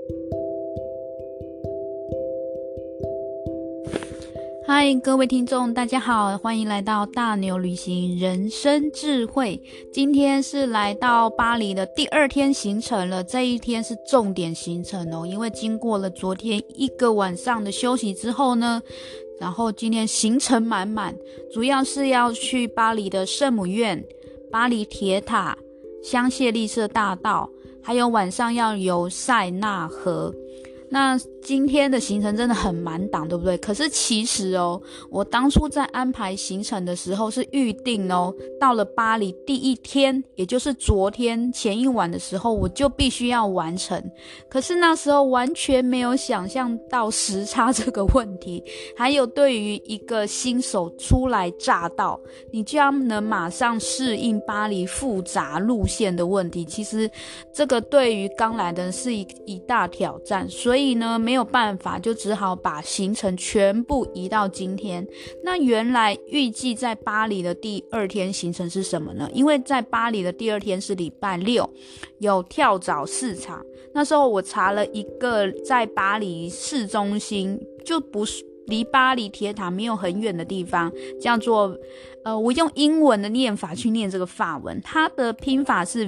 嗨，各位听众，大家好，欢迎来到大牛旅行人生智慧。今天是来到巴黎的第2天行程了，这一天是重点行程哦，因为经过了昨天一个晚上的休息之后呢，然后今天行程满满，主要是要去巴黎的圣母院、巴黎铁塔、香榭丽舍大道，还有晚上要游塞纳河。那今天的行程真的很满档，对不对？可是其实我当初在安排行程的时候是预定到了巴黎第1天，也就是昨天前一晚的时候，我就必须要完成。可是那时候完全没有想象到时差这个问题，还有对于一个新手初来乍到，你就要能马上适应巴黎复杂路线的问题，其实这个对于刚来的人是一大挑战，所以呢没有办法，就只好把行程全部移到今天。那原来预计在巴黎的第2天行程是什么呢？因为在巴黎的第2天是礼拜六，有跳蚤市场。那时候我查了一个在巴黎市中心，就不是离巴黎铁塔没有很远的地方，叫做我用英文的念法去念这个法文，它的拼法是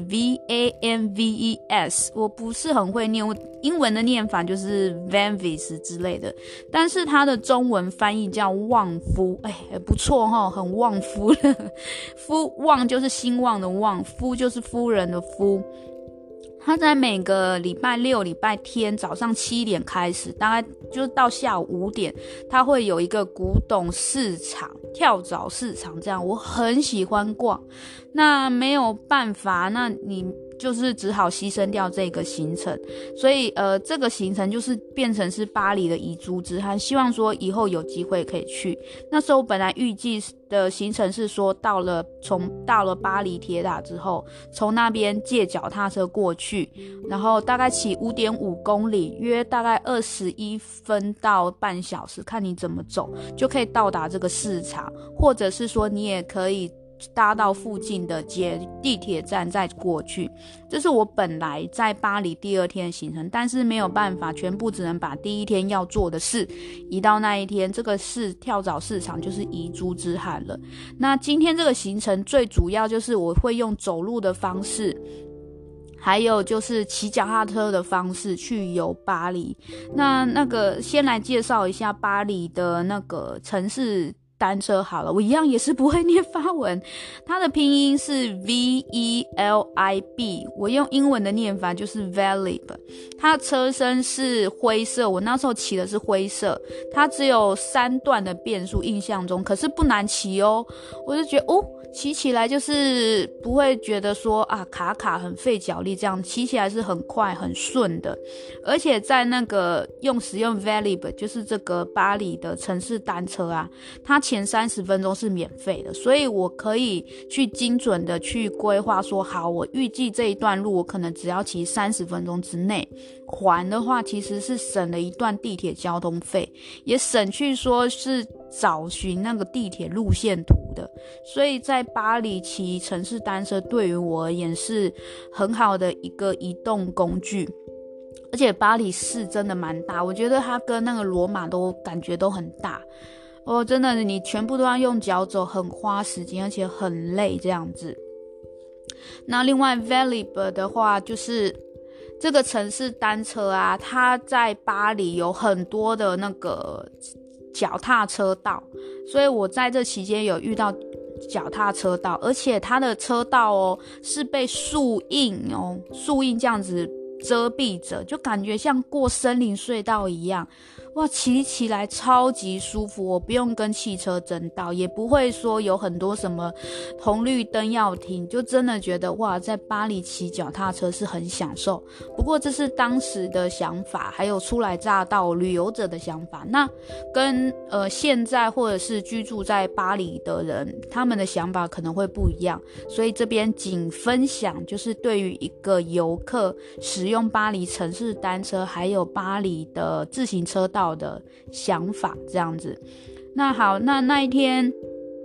VANVES， 我不是很会念，英文的念法就是 Vanves 之类的，但是它的中文翻译叫旺夫，不错齁，很旺夫了。旺就是兴旺的旺，夫就是夫人的夫。他在每个礼拜六、礼拜天早上7点开始，大概就是到下午5点，他会有一个古董市场、跳蚤市场，这样我很喜欢逛。那没有办法，那你就是只好牺牲掉这个行程，所以这个行程就是变成是巴黎的遗珠之憾，希望说以后有机会可以去。那时候本来预计的行程是说到了巴黎铁塔之后，从那边借脚踏车过去，然后大概骑 5.5 公里，约大概21分到半小时，看你怎么走就可以到达这个市场，或者是说你也可以搭到附近的地铁站再过去。这是我本来在巴黎第2天的行程，但是没有办法，全部只能把第1天要做的事移到那一天，这个是跳蚤市场就是遗珠之憾了。那今天这个行程最主要就是我会用走路的方式，还有就是骑脚踏车的方式去游巴黎。那个先来介绍一下巴黎的那个城市单车好了，我一样也是不会念法文，它的拼音是 VELIB， 我用英文的念法就是 Velib。 它的车身是灰色，我那时候骑的是灰色，它只有3段的变速，印象中，可是不难骑哦。我就觉得骑起来就是不会觉得说卡很费脚力，这样骑起来是很快很顺的。而且在那个使用 Velib， 就是这个巴黎的城市单车啊，它前30分钟是免费的，所以我可以去精准的去规划说，好，我预计这一段路我可能只要骑30分钟之内，还的话其实是省了一段地铁交通费，也省去说是找寻那个地铁路线图的。所以在巴黎骑城市单车对于我而言是很好的一个移动工具。而且巴黎市真的蛮大，我觉得它跟那个罗马都感觉都很大真的你全部都要用脚走，很花时间，而且很累这样子。那另外 Velib 的话，就是这个城市单车啊，它在巴黎有很多的那个脚踏车道，所以我在这期间有遇到脚踏车道，而且它的车道是被树荫这样子遮蔽着，就感觉像过森林隧道一样。哇，骑起来超级舒服，我不用跟汽车争道，也不会说有很多什么红绿灯要停，就真的觉得哇，在巴黎骑脚踏车是很享受。不过这是当时的想法，还有初来乍到旅游者的想法，那跟现在或者是居住在巴黎的人，他们的想法可能会不一样，所以这边仅分享就是对于一个游客使用巴黎城市单车还有巴黎的自行车道的想法这样子。那好，那一天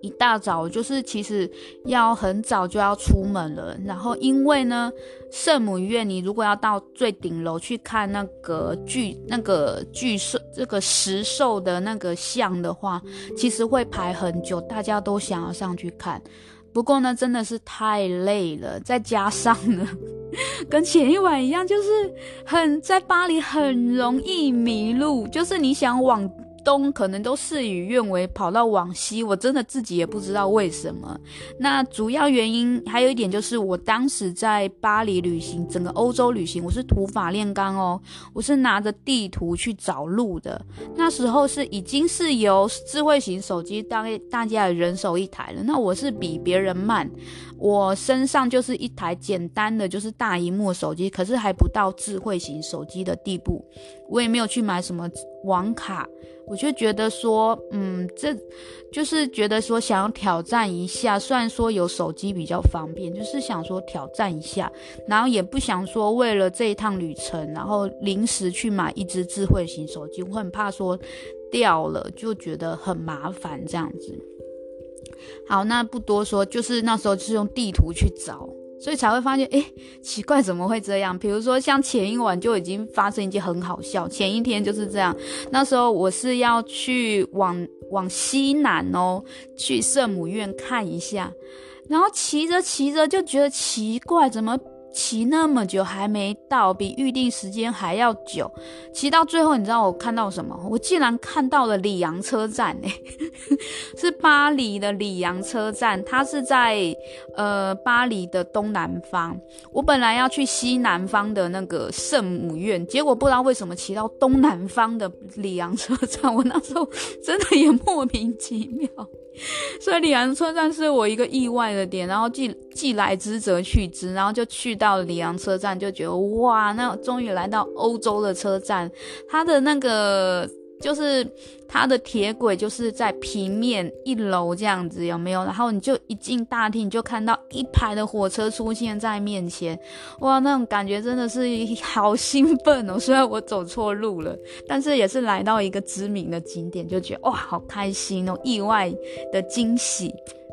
一大早就是其实要很早就要出门了，然后因为呢圣母院你如果要到最顶楼去看那个巨兽这个石兽的那个像的话，其实会排很久，大家都想要上去看。不过呢真的是太累了，再加上呢跟前一晚一样，就是在巴黎很容易迷路，就是你想往东可能都事与愿违，跑到往西，我真的自己也不知道为什么。那主要原因还有一点就是我当时在巴黎旅行，整个欧洲旅行，我是土法炼钢哦，我是拿着地图去找路的。那时候已经是由智慧型手机大家人手一台了，那我是比别人慢，我身上就是一台简单的就是大萤幕手机，可是还不到智慧型手机的地步，我也没有去买什么网卡。我就觉得说这就是觉得说想要挑战一下，虽然说有手机比较方便，就是想说挑战一下，然后也不想说为了这一趟旅程然后临时去买一只智慧型手机，我很怕说掉了，就觉得很麻烦这样子。好，那不多说，就是那时候就是用地图去找，所以才会发现奇怪怎么会这样。比如说像前一晚就已经发生一件很好笑，前一天就是这样，那时候我是要去往西南哦，去圣母院看一下，然后骑着骑着就觉得奇怪，怎么骑那么久还没到，比预定时间还要久。骑到最后你知道我看到什么？我竟然看到了里昂车站是巴黎的里昂车站，它是在巴黎的东南方。我本来要去西南方的那个圣母院，结果不知道为什么骑到东南方的里昂车站，我那时候真的也莫名其妙。所以里昂车站是我一个意外的点，然后既来之则去之，然后就去到里昂车站，就觉得哇，那终于来到欧洲的车站。它的那个就是它的铁轨就是在平面一楼这样子，有没有？然后你就一进大厅，你就看到一排的火车出现在面前，哇，那种感觉真的是好兴奋哦！虽然我走错路了，但是也是来到一个知名的景点，就觉得哇，好开心哦，意外的惊喜。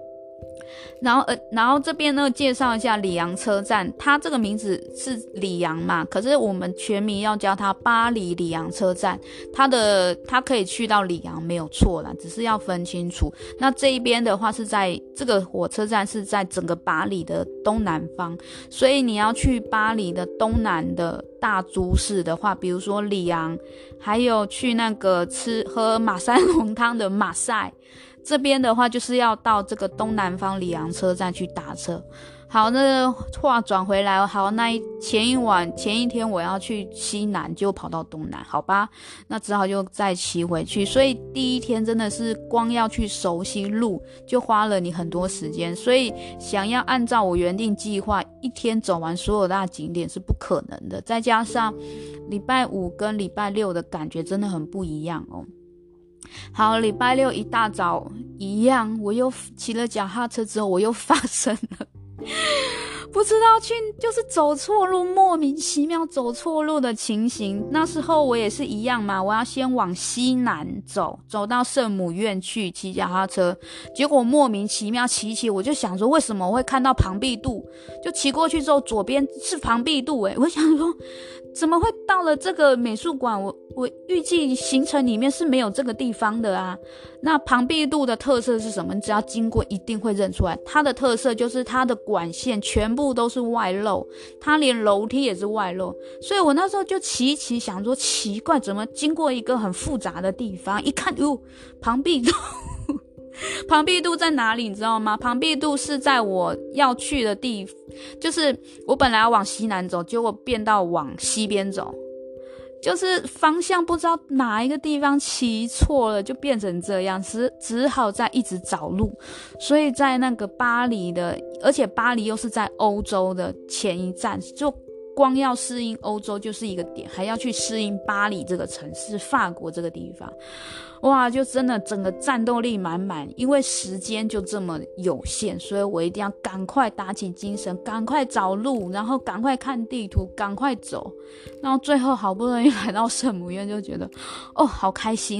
然后这边呢介绍一下里昂车站，它这个名字是里昂嘛，可是我们全名要叫它巴黎里昂车站，它可以去到里昂没有错啦，只是要分清楚。那这一边的话是在这个火车站是在整个巴黎的东南方，所以你要去巴黎的东南的大都市的话，比如说里昂，还有去那个喝马赛龙汤的马赛，这边的话就是要到这个东南方里昂车站去打车。好，那话转回来，好，那前一天我要去西南，就跑到东南，好吧，那只好就再骑回去。所以第一天真的是光要去熟悉路就花了你很多时间，所以想要按照我原定计划一天走完所有大景点是不可能的，再加上礼拜五跟礼拜六的感觉真的很不一样哦。好，礼拜六一大早一样，我又骑了脚踏车之后，我又发生了不知道就是走错路，莫名其妙走错路的情形。那时候我也是一样嘛，我要先往西南走到圣母院去骑脚踏车，结果莫名其妙骑，我就想说为什么我会看到庞毕度，就骑过去之后左边是庞毕度我想说怎么会到了这个美术馆，我预计行程里面是没有这个地方的啊。那庞毕度的特色是什么？你只要经过一定会认出来，它的特色就是它的管线全部都是外露，它连楼梯也是外露。所以我那时候就骑想说奇怪，怎么经过一个很复杂的地方，一看庞毕度庞毕度在哪里你知道吗？庞毕度是在我要去的地，就是我本来要往西南走，结果变到往西边走，就是方向不知道哪一个地方骑错了，就变成这样，只好再一直找路。所以在那个巴黎的，而且巴黎又是在欧洲的前一站，就光要适应欧洲就是一个点，还要去适应巴黎这个城市，法国这个地方，哇，就真的整个战斗力满满。因为时间就这么有限，所以我一定要赶快打起精神，赶快找路，然后赶快看地图，赶快走。然后最后好不容易来到圣母院，就觉得好开心哦。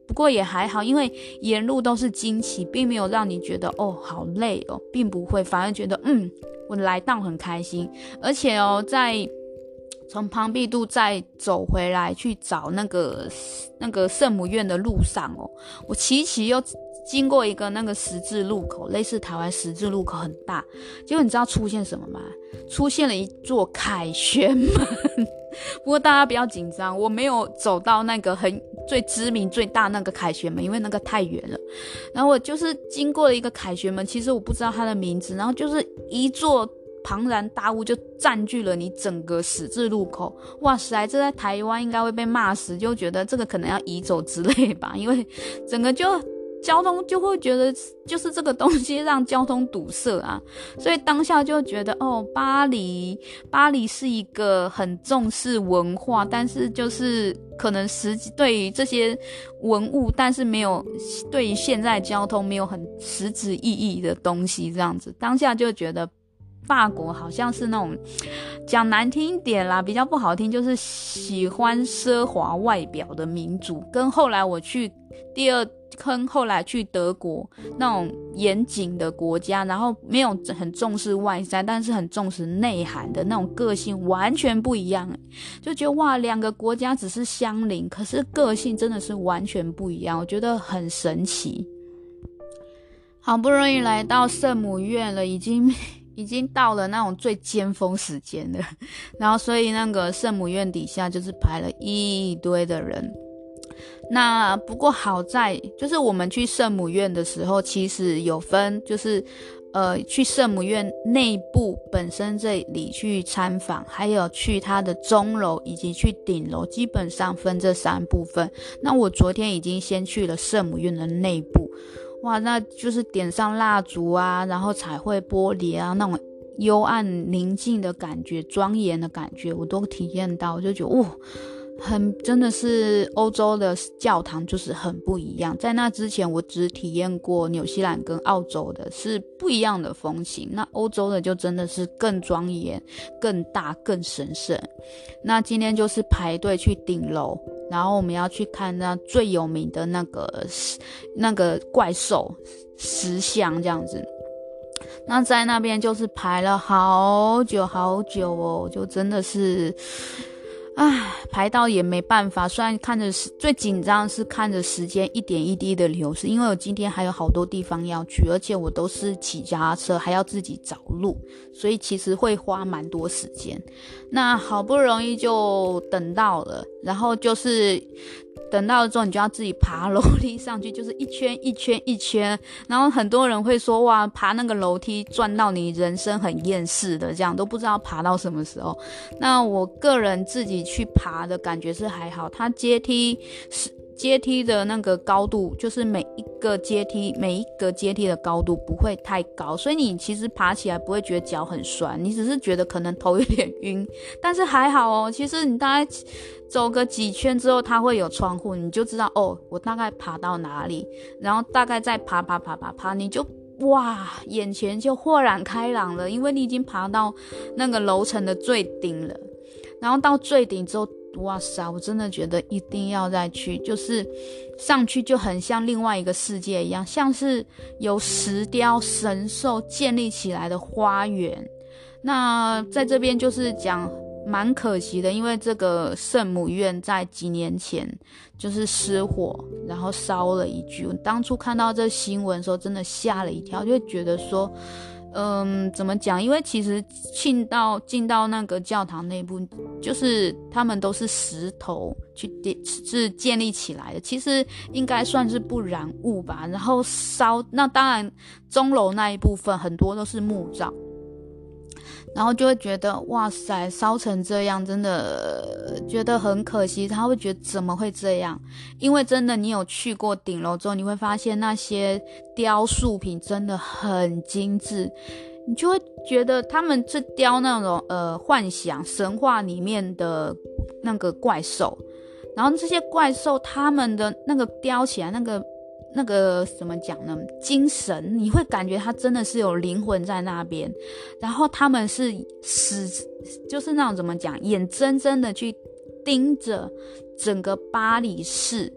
不过也还好，因为沿路都是惊奇，并没有让你觉得好累哦，并不会，反而觉得我来到很开心。而且在从庞毕度再走回来去找那个圣母院的路上我骑又经过一个那个十字路口，类似台湾十字路口很大，结果你知道出现什么吗？出现了一座凯旋门。不过大家不要紧张，我没有走到那个最知名最大那个凯旋门，因为那个太远了。然后我就是经过了一个凯旋门，其实我不知道它的名字，然后就是一座庞然大物就占据了你整个十字路口。哇塞，这在台湾应该会被骂死，就觉得这个可能要移走之类吧，因为整个就交通就会觉得就是这个东西让交通堵塞啊，所以当下就觉得巴黎是一个很重视文化，但是就是可能对于这些文物，但是没有对于现在交通没有很实质意义的东西这样子。当下就觉得法国好像是那种讲难听一点啦，比较不好听，就是喜欢奢华外表的民族，跟后来我去后来去德国那种严谨的国家，然后没有很重视外在，但是很重视内涵的那种个性完全不一样，就觉得哇，两个国家只是相邻，可是个性真的是完全不一样，我觉得很神奇。好不容易来到圣母院了，已经到了那种最尖峰时间了，然后所以那个圣母院底下就是排了一堆的人。那不过好在就是我们去圣母院的时候，其实有分就是去圣母院内部本身这里去参访，还有去它的钟楼以及去顶楼，基本上分这3部分。那我昨天已经先去了圣母院的内部，哇，那就是点上蜡烛啊，然后彩绘玻璃啊，那种幽暗宁静的感觉，庄严的感觉我都体验到，我就觉得真的是欧洲的教堂就是很不一样。在那之前我只体验过纽西兰跟澳洲的，是不一样的风情。那欧洲的就真的是更庄严、更大、更神圣。那今天就是排队去顶楼，然后我们要去看那最有名的那个怪兽石像这样子。那在那边就是排了好久好久哦，就真的是排到也没办法。虽然最紧张是看着时间一点一滴的流逝，因为我今天还有好多地方要去，而且我都是骑脚踏车，还要自己找路，所以其实会花蛮多时间。那好不容易就等到了，然后就是等到了之后，你就要自己爬楼梯上去，就是一圈一圈一圈。然后很多人会说，哇，爬那个楼梯转到你人生很厌世的，这样都不知道爬到什么时候。那我个人自己去爬的感觉是还好，它阶梯的那个高度，就是每一个阶梯的高度不会太高，所以你其实爬起来不会觉得脚很酸，你只是觉得可能头有点晕，但是还好哦。其实你大概走个几圈之后，它会有窗户，你就知道我大概爬到哪里，然后大概再爬，你就哇，眼前就豁然开朗了，因为你已经爬到那个楼层的最顶了。然后到最顶之后，哇塞，我真的觉得一定要再去，就是上去就很像另外一个世界一样，像是由石雕神兽建立起来的花园。那在这边就是讲蛮可惜的，因为这个圣母院在几年前就是失火，然后烧了一具。我当初看到这新闻的时候真的吓了一跳，就会觉得说怎么讲？因为其实进到那个教堂内部，就是他们都是石头是建立起来的，其实应该算是不燃物吧。然后烧，那当然钟楼那一部分很多都是木造，然后就会觉得哇塞，烧成这样，真的觉得很可惜。他会觉得怎么会这样？因为真的你有去过顶楼之后，你会发现那些雕塑品真的很精致，你就会觉得他们是雕那种幻想神话里面的那个怪兽，然后这些怪兽他们的那个雕起来那个怎么讲呢？精神，你会感觉它真的是有灵魂在那边，然后他们是就是那种怎么讲，眼睁睁的去盯着整个巴黎市，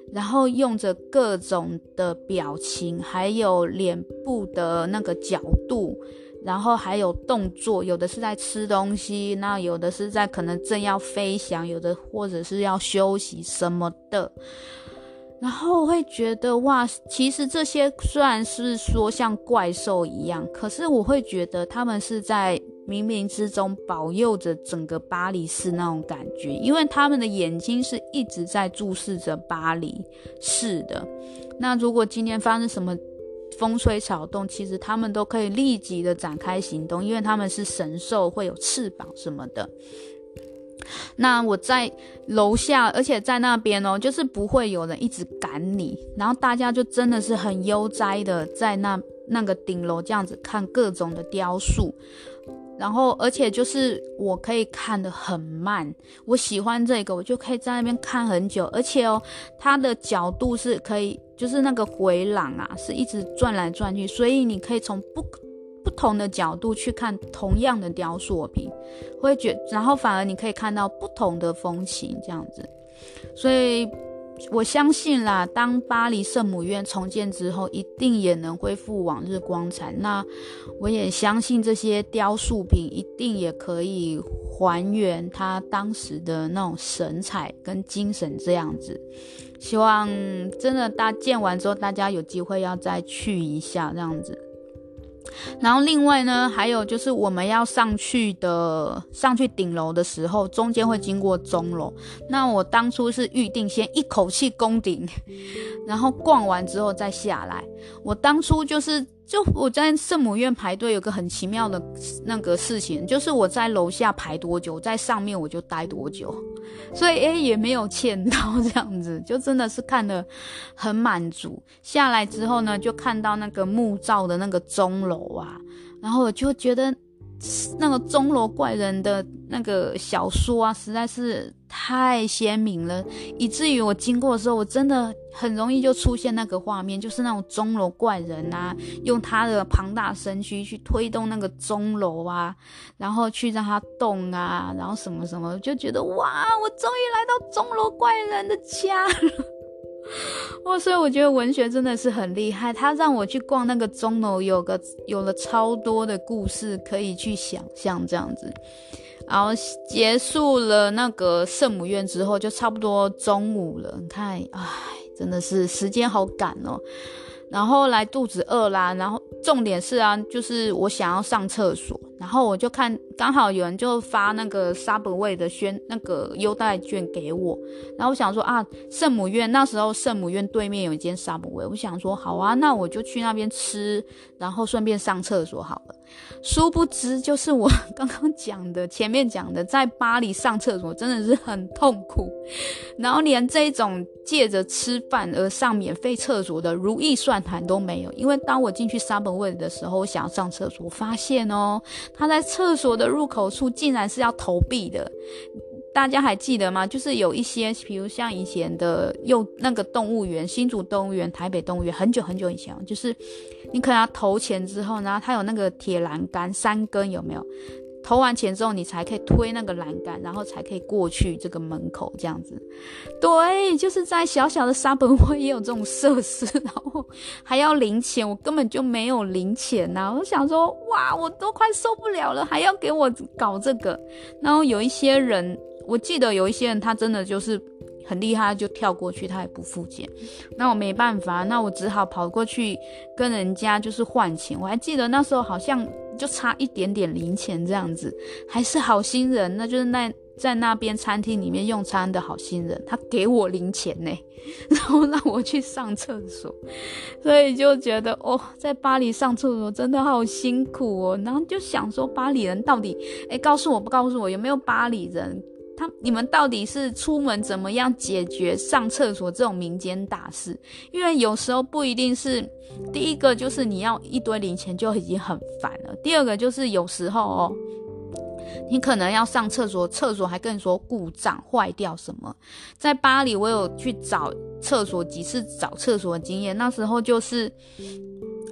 然后用着各种的表情，还有脸部的那个角度，然后还有动作，有的是在吃东西，那有的是在可能正要飞翔，有的或者是要休息什么的。然后我会觉得哇，其实这些虽然是说像怪兽一样，可是我会觉得他们是在冥冥之中保佑着整个巴黎市那种感觉，因为他们的眼睛是一直在注视着巴黎市的。那如果今天发生什么风吹草动，其实他们都可以立即的展开行动，因为他们是神兽，会有翅膀什么的。那我在楼下，而且在那边就是不会有人一直赶你，然后大家就真的是很悠哉的在那个顶楼这样子看各种的雕塑，然后而且就是我可以看得很慢，我喜欢这个，我就可以在那边看很久，而且它的角度是可以，就是那个回廊啊，是一直转来转去，所以你可以从不同的角度去看同样的雕塑品，然后反而你可以看到不同的风情这样子。所以我相信啦，当巴黎圣母院重建之后，一定也能恢复往日光彩。那我也相信这些雕塑品一定也可以还原它当时的那种神采跟精神这样子。希望真的建完之后，大家有机会要再去一下这样子。然后另外呢，还有就是我们要上去顶楼的时候，中间会经过钟楼。那我当初是预定先一口气攻顶，然后逛完之后再下来。我当初我在圣母院排队有个很奇妙的那个事情，就是我在楼下排多久，在上面我就待多久，所以也没有欠到这样子，就真的是看得很满足。下来之后呢，就看到那个木造的那个钟楼啊，然后我就觉得那个钟楼怪人的那个小说啊，实在是太鲜明了，以至于我经过的时候，我真的很容易就出现那个画面，就是那种钟楼怪人啊，用他的庞大身躯去推动那个钟楼啊，然后去让它动啊，然后什么什么，就觉得哇，我终于来到钟楼怪人的家了。哇，所以我觉得文学真的是很厉害，他让我去逛那个钟楼，有了超多的故事可以去想象这样子。然后结束了那个圣母院之后，就差不多中午了。你看，真的是时间好赶哦。然后来肚子饿啦，然后重点是就是我想要上厕所，然后我就看刚好有人就发那个 Subway 的那个优待券给我，然后我想说圣母院那时候圣母院对面有一间 Subway， 我想说好啊，那我就去那边吃，然后顺便上厕所好了。殊不知就是我刚刚前面讲的，在巴黎上厕所真的是很痛苦，然后连这种借着吃饭而上免费厕所的如意算盘都没有。因为当我进去 Subway 的时候，我想要上厕所，我发现他在厕所的入口处竟然是要投币的。大家还记得吗？就是有一些比如像以前的那个动物园，新竹动物园、台北动物园，很久很久以前，就是你可能要投钱之后，然后它有那个铁栏杆3根，有没有？投完钱之后你才可以推那个栏杆，然后才可以过去这个门口这样子。对，就是在小小的Subway也有这种设施，然后还要零钱，我根本就没有零钱啊。我想说哇，我都快受不了了，还要给我搞这个。然后有一些人，我记得有一些人他真的就是很厉害，就跳过去，他也不付钱。那我没办法，那我只好跑过去跟人家就是换钱。我还记得那时候好像就差一点点零钱这样子，还是好心人，那就是在那边餐厅里面用餐的好心人，他给我零钱呢，然后让我去上厕所。所以就觉得在巴黎上厕所真的好辛苦哦。然后就想说巴黎人到底告诉我有没有巴黎人，你们到底是出门怎么样解决上厕所这种民间大事？因为有时候不一定是，第一个就是你要一堆零钱就已经很烦了，第二个就是有时候你可能要上厕所，厕所还跟你说故障坏掉什么。在巴黎我有去找厕所几次找厕所的经验，那时候就是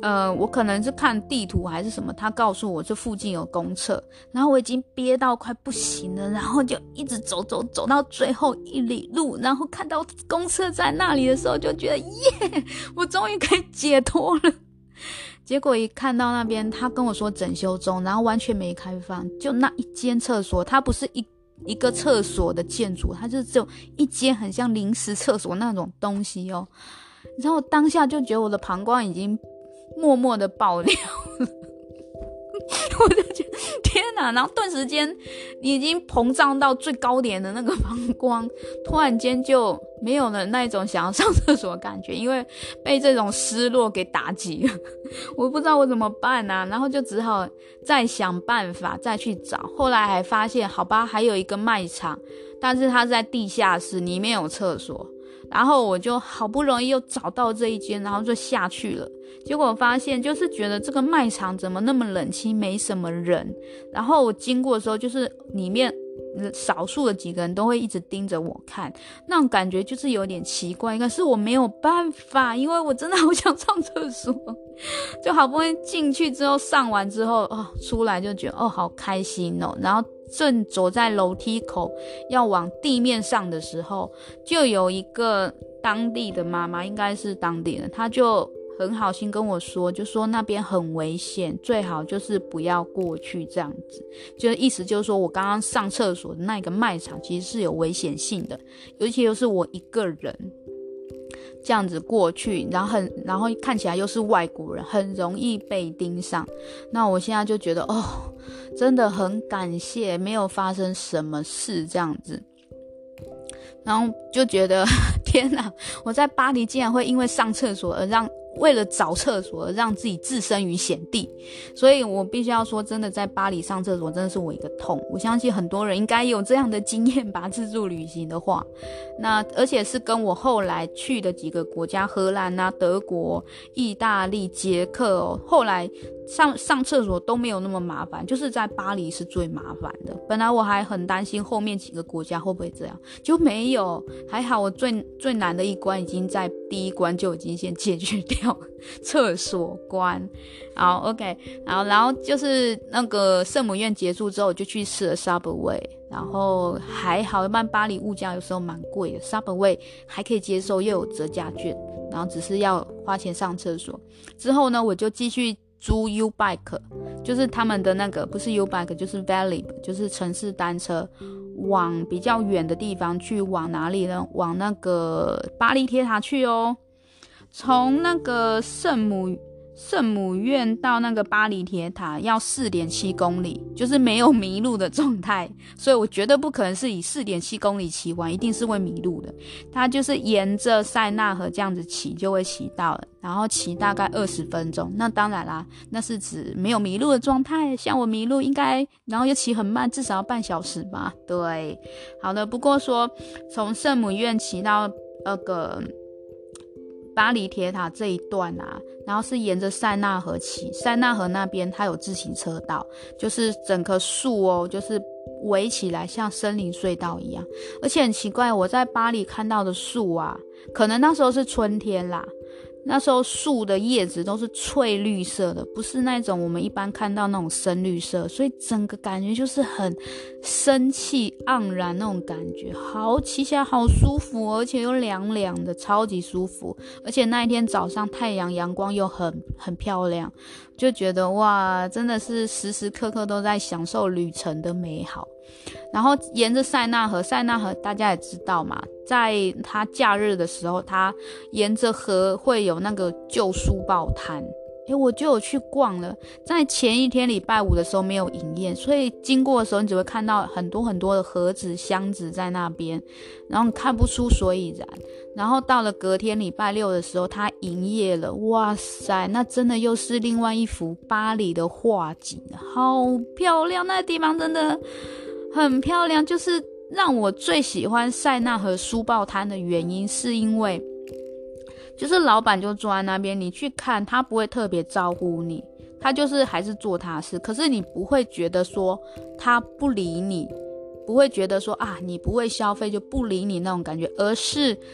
我可能是看地图还是什么，他告诉我这附近有公厕，然后我已经憋到快不行了，然后就一直走到最后1里路，然后看到公厕在那里的时候，就觉得耶，我终于可以解脱了。结果一看到那边，他跟我说整修中，然后完全没开放，就那一间厕所，它不是一个厕所的建筑，它就是只有一间很像临时厕所那种东西哦。然后我当下就觉得我的膀胱已经默默的爆掉了我就觉得天哪，然后顿时间你已经膨胀到最高点的那个膀胱，突然间就没有了那种想要上厕所的感觉，因为被这种失落给打击了我不知道我怎么办啊，然后就只好再想办法再去找，后来还发现好吧，还有一个卖场，但是它在地下室，里面有厕所，然后我就好不容易又找到这一间，然后就下去了。结果我发现就是觉得这个卖场怎么那么冷清，没什么人，然后我经过的时候就是里面少数的几个人都会一直盯着我看，那种感觉就是有点奇怪，可是我没有办法，因为我真的好想上厕所就好不容易进去之后，上完之后出来就觉得好开心哦。然后正走在楼梯口要往地面上的时候，就有一个当地的妈妈，应该是当地人，她就很好心跟我说，就说那边很危险，最好就是不要过去这样子，就是意思就是说我刚刚上厕所的那个卖场其实是有危险性的，尤其又是我一个人这样子过去，然后看起来又是外国人，很容易被盯上。那我现在就觉得真的很感谢没有发生什么事这样子，然后就觉得天哪，我在巴黎竟然会因为上厕所而为了找厕所而让自己置身于险地，所以我必须要说，真的在巴黎上厕所真的是我一个痛。我相信很多人应该有这样的经验吧，自助旅行的话，那而且是跟我后来去的几个国家，荷兰啊、德国、意大利、捷克后来上厕所都没有那么麻烦，就是在巴黎是最麻烦的。本来我还很担心后面几个国家会不会这样，就没有，还好我最难的一关已经在第一关就已经先解决掉了，厕所关。好 OK， 然后就是那个圣母院结束之后，我就去试了 Subway， 然后还好，一般巴黎物价有时候蛮贵的， Subway 还可以接受，又有折价券，然后只是要花钱上厕所。之后呢，我就继续租 U-Bike， 就是他们的那个不是 U-Bike 就是 Valley， 就是城市单车，往比较远的地方去。往哪里呢？往那个巴黎铁塔去哦。从那个圣母院到那个巴黎铁塔要 4.7 公里，就是没有迷路的状态，所以我绝对不可能是以 4.7 公里骑完，一定是会迷路的。它就是沿着塞纳河这样子骑就会骑到了，然后骑大概20分钟。那当然啦，那是指没有迷路的状态，像我迷路应该然后又骑很慢，至少要半小时吧。对，好的。不过说从圣母院骑到那个巴黎铁塔这一段啊，然后是沿着塞纳河骑，塞纳河那边它有自行车道，就是整棵树就是围起来像森林隧道一样。而且很奇怪，我在巴黎看到的树啊，可能那时候是春天啦，那时候树的叶子都是翠绿色的，不是那种我们一般看到那种深绿色，所以整个感觉就是很生气盎然那种感觉，好骑起来好舒服，而且又凉凉的，超级舒服。而且那一天早上阳光又很漂亮，就觉得哇，真的是时时刻刻都在享受旅程的美好。然后沿着塞纳河大家也知道嘛，在它假日的时候，它沿着河会有那个旧书报摊，我就有去逛了。在前一天礼拜五的时候没有营业，所以经过的时候你只会看到很多很多的盒子箱子在那边，然后看不出所以然。然后到了隔天礼拜六的时候它营业了，哇塞，那真的又是另外一幅巴黎的画景，好漂亮，那个地方真的很漂亮。就是让我最喜欢塞纳河书报摊的原因，是因为就是老板就坐在那边，你去看他不会特别招呼你，他就是还是做他的事，可是你不会觉得说他不理你，不会觉得说你不会消费就不理你那种感觉，而是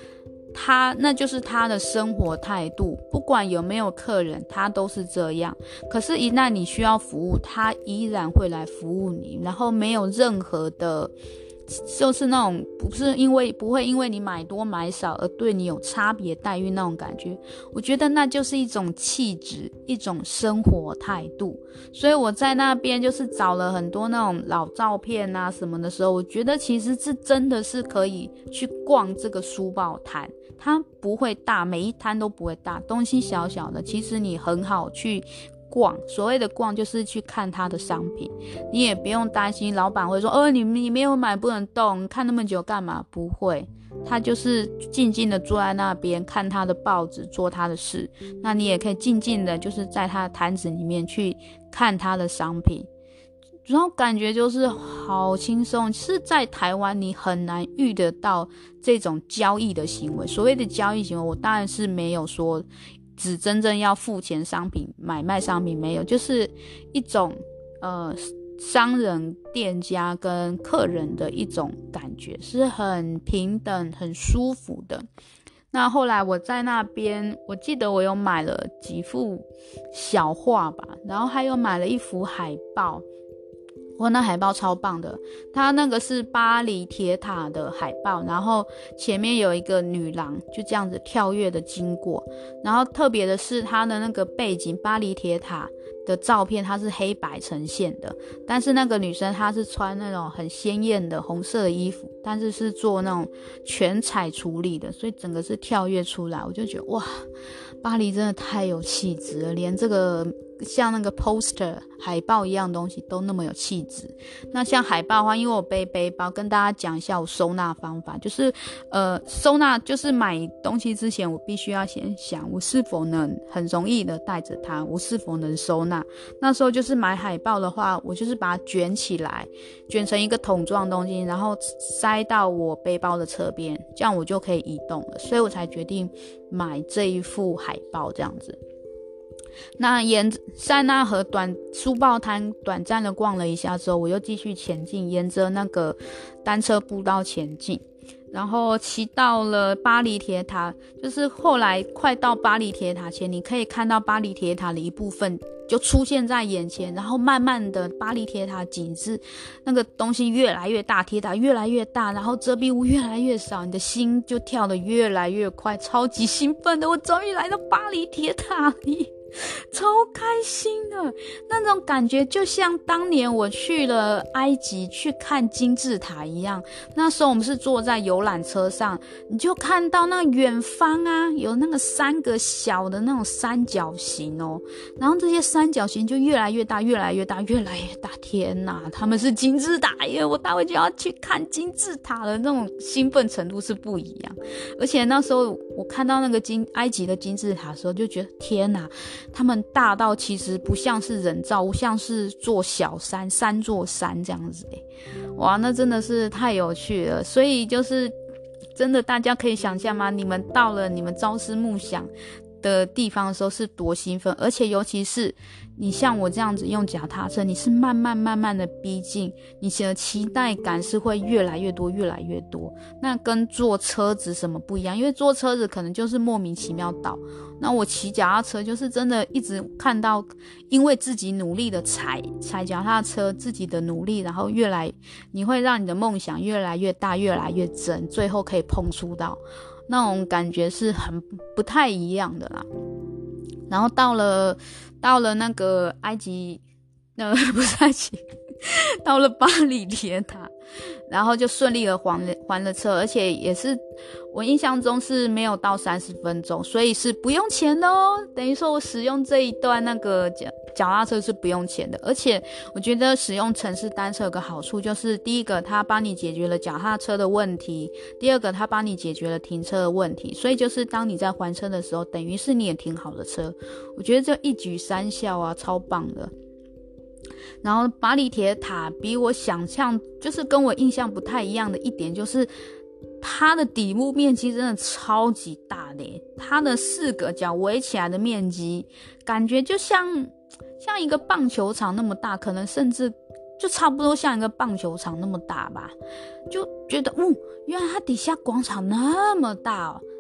那就是他的生活态度，不管有没有客人，他都是这样。可是，一旦你需要服务，他依然会来服务你，然后没有任何的。就是那种不会因为你买多买少而对你有差别待遇那种感觉，我觉得那就是一种气质，一种生活态度。所以我在那边就是找了很多那种老照片啊什么的时候，我觉得其实是真的是可以去逛这个书报摊，它不会大，每一摊都不会大，东西小小的，其实你很好去逛。所谓的逛就是去看他的商品，你也不用担心老板会说你没有买不能动，看那么久干嘛，不会，他就是静静的坐在那边看他的报纸做他的事，那你也可以静静的就是在他的摊子里面去看他的商品，然后感觉就是好轻松。是在台湾你很难遇得到这种交易的行为。所谓的交易行为，我当然是没有说只真正要付钱商品买卖商品，没有，就是一种商人店家跟客人的一种感觉，是很平等很舒服的。那后来我在那边，我记得我有买了几幅小画吧，然后还有买了一幅海报。哇，那海报超棒的，它那个是巴黎铁塔的海报，然后前面有一个女郎就这样子跳跃的经过，然后特别的是它的那个背景，巴黎铁塔的照片它是黑白呈现的，但是那个女生她是穿那种很鲜艳的红色的衣服，但是是做那种全彩处理的，所以整个是跳跃出来，我就觉得哇，巴黎真的太有气质了，连这个像那个 poster 海报一样东西都那么有气质。那像海报的话，因为我背背包，跟大家讲一下我收纳方法，就是收纳就是买东西之前我必须要先想我是否能很容易的带着它，我是否能收纳。那时候就是买海报的话，我就是把它卷起来，卷成一个桶状东西，然后塞到我背包的侧边，这样我就可以移动了，所以我才决定买这一副海报这样子。那沿塞纳河书报摊短暂的逛了一下之后，我又继续前进，沿着那个单车步道前进，然后骑到了巴黎铁塔，就是后来快到巴黎铁塔前，你可以看到巴黎铁塔的一部分就出现在眼前，然后慢慢的巴黎铁塔景致那个东西越来越大，铁塔越来越大，然后遮蔽物越来越少，你的心就跳得越来越快，超级兴奋的，我终于来到巴黎铁塔里，超开心的那种感觉，就像当年我去了埃及去看金字塔一样。那时候我们是坐在游览车上，你就看到那远方啊有那个3个小的那种三角形哦，然后这些三角形就越来越大越来越大越来越大，天哪，他们是金字塔耶，我待会就要去看金字塔了，那种兴奋程度是不一样。而且那时候我看到那个埃及的金字塔的时候，就觉得天哪，他们大到其实不像是人造物，像是座小山，3座山这样子哇，那真的是太有趣了。所以就是真的，大家可以想象吗？你们到了你们朝思暮想的地方的时候是多兴奋，而且尤其是你像我这样子用脚踏车，你是慢慢的逼近，你的期待感是会越来越多越来越多。那跟坐车子什么不一样？因为坐车子可能就是莫名其妙倒，那我骑脚踏车就是真的一直看到，因为自己努力的踩脚踏车，自己的努力，然后你会让你的梦想越来越大越来越真，最后可以碰触到那种感觉是很不太一样的啦。然后到了那个埃及，不是埃及，到了巴黎铁塔，然后就顺利的还了车，而且也是我印象中是没有到30分钟，所以是不用钱的哦。等于说我使用这一段那个脚踏车是不用钱的。而且我觉得使用城市单车有个好处，就是第一个它帮你解决了脚踏车的问题，第二个它帮你解决了停车的问题，所以就是当你在还车的时候，等于是你也停好了车，我觉得这一举三效啊，超棒的。然后巴黎铁塔比我想象，就是跟我印象不太一样的一点，就是它的底部面积真的超级大的耶，它的4个角围起来的面积感觉就像一个棒球场那么大，可能甚至就差不多像一个棒球场那么大吧，就觉得原来它底下广场那么大哦。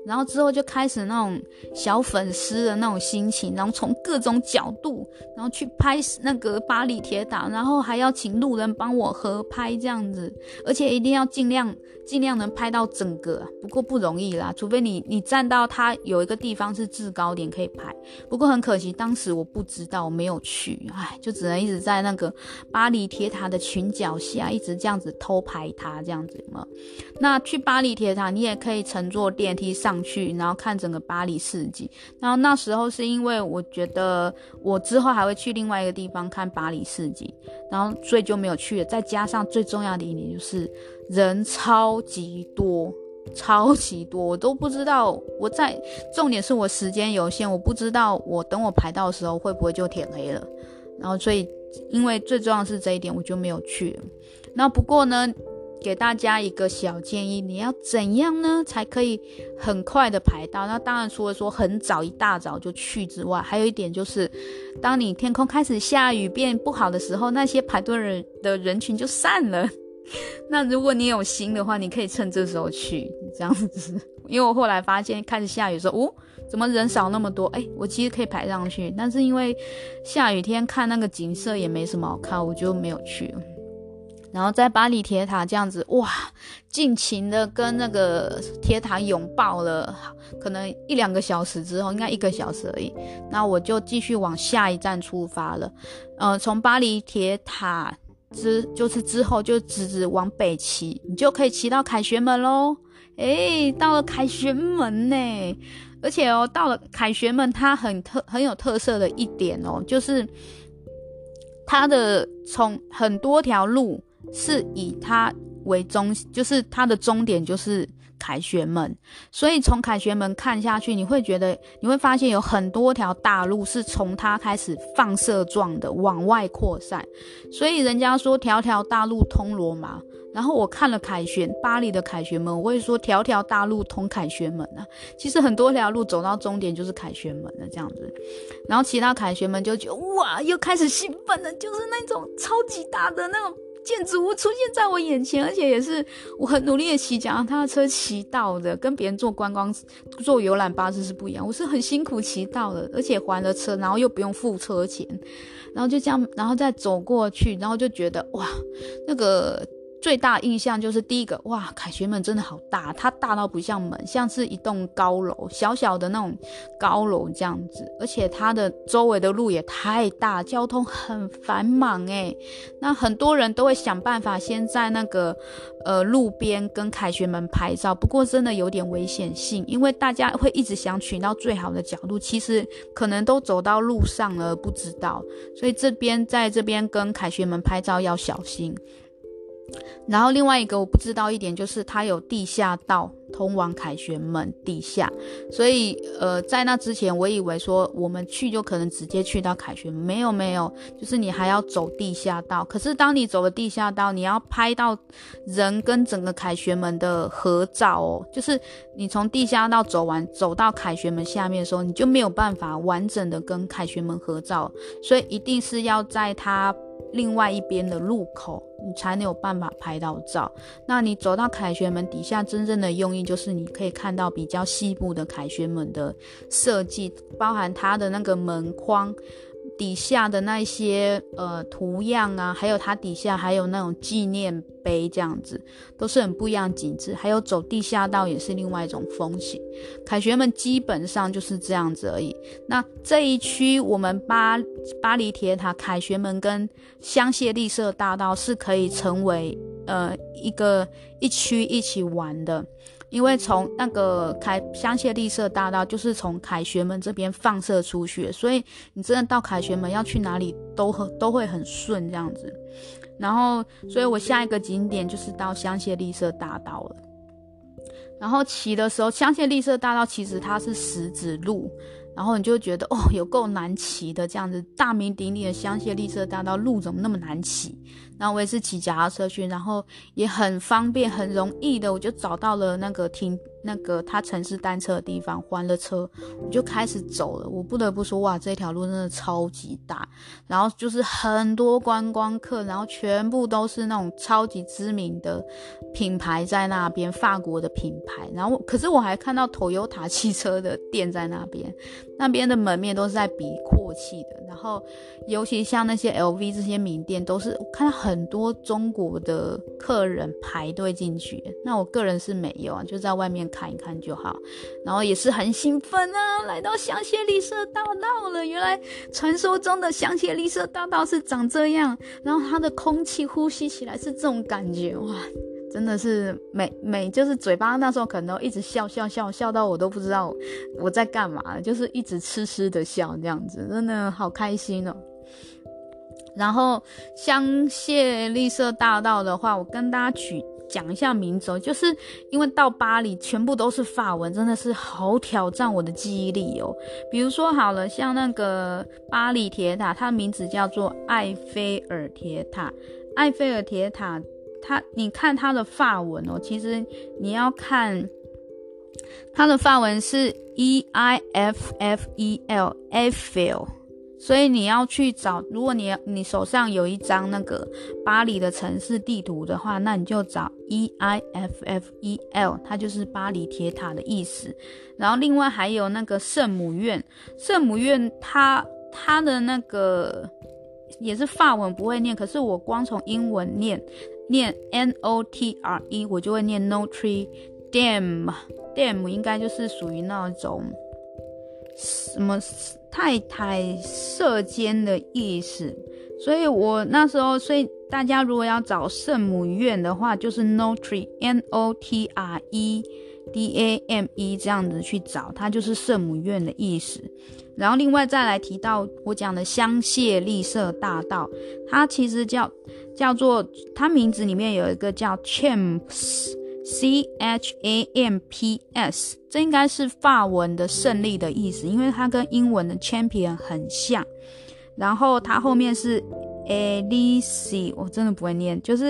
然后之后就开始那种小粉丝的那种心情，然后从各种角度，然后去拍那个巴黎铁塔，然后还要请路人帮我合拍这样子，而且一定要尽量能拍到整个，不过不容易啦，除非你站到它有一个地方是制高点可以拍，不过很可惜当时我不知道，我没有去，就只能一直在那个巴黎铁塔的裙脚下一直这样子偷拍它这样子嘛。那去巴黎铁塔你也可以乘坐电梯上去，然后看整个巴黎市集。然后那时候是因为我觉得我之后还会去另外一个地方看巴黎市集，然后所以就没有去了。再加上最重要的一点就是人超级多，我都不知道重点是我时间有限，我不知道等我排到的时候会不会就天黑了，然后所以因为最重要的是这一点我就没有去了。那不过呢，给大家一个小建议，你要怎样呢才可以很快的排到？那当然除了说很早一大早就去之外，还有一点就是当你天空开始下雨变不好的时候，那些排队的人群就散了。那如果你有心的话，你可以趁这时候去这样子。因为我后来发现开始下雨的时候，怎么人少那么多，我其实可以排上去，但是因为下雨天看那个景色也没什么好看，我就没有去了。然后在巴黎铁塔这样子，尽情的跟那个铁塔拥抱了可能1-2个小时之后，应该1个小时而已，那我就继续往下一站出发了。从巴黎铁塔之后就直往北骑，你就可以骑到凯旋门咯。到了凯旋门呢，而且到了凯旋门它很有特色的一点就是它的从很多条路是以它为中，就是它的终点就是凯旋门，所以从凯旋门看下去，你会发现有很多条大路是从它开始放射状的往外扩散，所以人家说条条大路通罗马。然后我看了巴黎的凯旋门，我会说条条大路通凯旋门啊。其实很多条路走到终点就是凯旋门了这样子。然后骑到凯旋门就觉得哇，又开始兴奋了，就是那种超级大的那种建筑物出现在我眼前，而且也是我很努力的骑脚踏车骑到的，跟别人坐游览巴士是不一样，我是很辛苦骑到的，而且还了车，然后又不用付车钱，然后就这样，然后再走过去，然后就觉得哇，那个最大印象就是第一个，哇，凯旋门真的好大，它大到不像门，像是一栋高楼，小小的那种高楼这样子，而且它的周围的路也太大，交通很繁忙那很多人都会想办法先在那个路边跟凯旋门拍照，不过真的有点危险性，因为大家会一直想取到最好的角度，其实可能都走到路上了不知道，所以在这边跟凯旋门拍照要小心。然后另外一个我不知道一点就是它有地下道通往凯旋门地下，所以在那之前我以为说我们去就可能直接去到凯旋门，没有，就是你还要走地下道。可是当你走了地下道，你要拍到人跟整个凯旋门的合照就是你从地下道走到凯旋门下面的时候，你就没有办法完整的跟凯旋门合照，所以一定是要在它另外一边的路口你才能有办法拍到照。那你走到凯旋门底下，真正的用意就是你可以看到比较细部的凯旋门的设计，包含它的那个门框底下的那些图样啊，还有它底下还有那种纪念碑，这样子都是很不一样的景致。还有走地下道也是另外一种风情。凯旋门基本上就是这样子而已。那这一区我们巴黎铁塔、凯旋门跟香榭丽舍大道是可以成为一区一起玩的。因为从那个香榭丽舍大道就是从凯旋门这边放射出去，所以你真的到凯旋门要去哪里都会很顺这样子。然后所以我下一个景点就是到香榭丽舍大道了。然后骑的时候，香榭丽舍大道其实它是石子路，然后你就觉得有够难骑的这样子，大名鼎鼎的香榭丽舍大道路怎么那么难骑？然后我也是骑脚踏车去，然后也很方便很容易的我就找到了那个那个他城市单车的地方还了车，我就开始走了。我不得不说，哇，这条路真的超级大，然后就是很多观光客，然后全部都是那种超级知名的品牌在那边，法国的品牌。然后可是我还看到 Toyota 汽车的店在那边，那边的门面都是在比阔气的。然后尤其像那些 LV 这些名店，都是我看到很多中国的客人排队进去。那我个人是没有啊，就在外面看一看就好。然后也是很兴奋啊，来到香榭丽舍大道了。原来传说中的香榭丽舍大道是长这样，然后它的空气呼吸起来是这种感觉，哇！真的是美，就是嘴巴那时候可能都一直笑到我都不知道我在干嘛，就是一直痴的笑这样子，真的好开心哦。然后香榭丽舍大道的话，我跟大家讲一下名字，就是因为到巴黎全部都是法文，真的是好挑战我的记忆力哦。比如说好了，像那个巴黎铁塔，它的名字叫做埃菲尔铁塔。埃菲尔铁塔你看它的法文哦，其实你要看它的法文是 EIFFEL Eiffel， 所以你要去找，如果你手上有一张那个巴黎的城市地图的话，那你就找 EIFFEL， 它就是巴黎铁塔的意思。然后另外还有那个圣母院它的那个也是法文不会念，可是我光从英文念 NOTRE 我就会念 Notre Dame 应该就是属于那种什么太太射箭的意思，所以我那时候，所以大家如果要找圣母院的话，就是 Notre Dame 这样子去找，它就是圣母院的意思。然后另外再来提到我讲的香榭丽舍大道，它其实叫做，它名字里面有一个叫 Champs CHAMPS， 这应该是法文的胜利的意思，因为它跟英文的 champion 很像。然后它后面是 Élysée， 我真的不会念，就是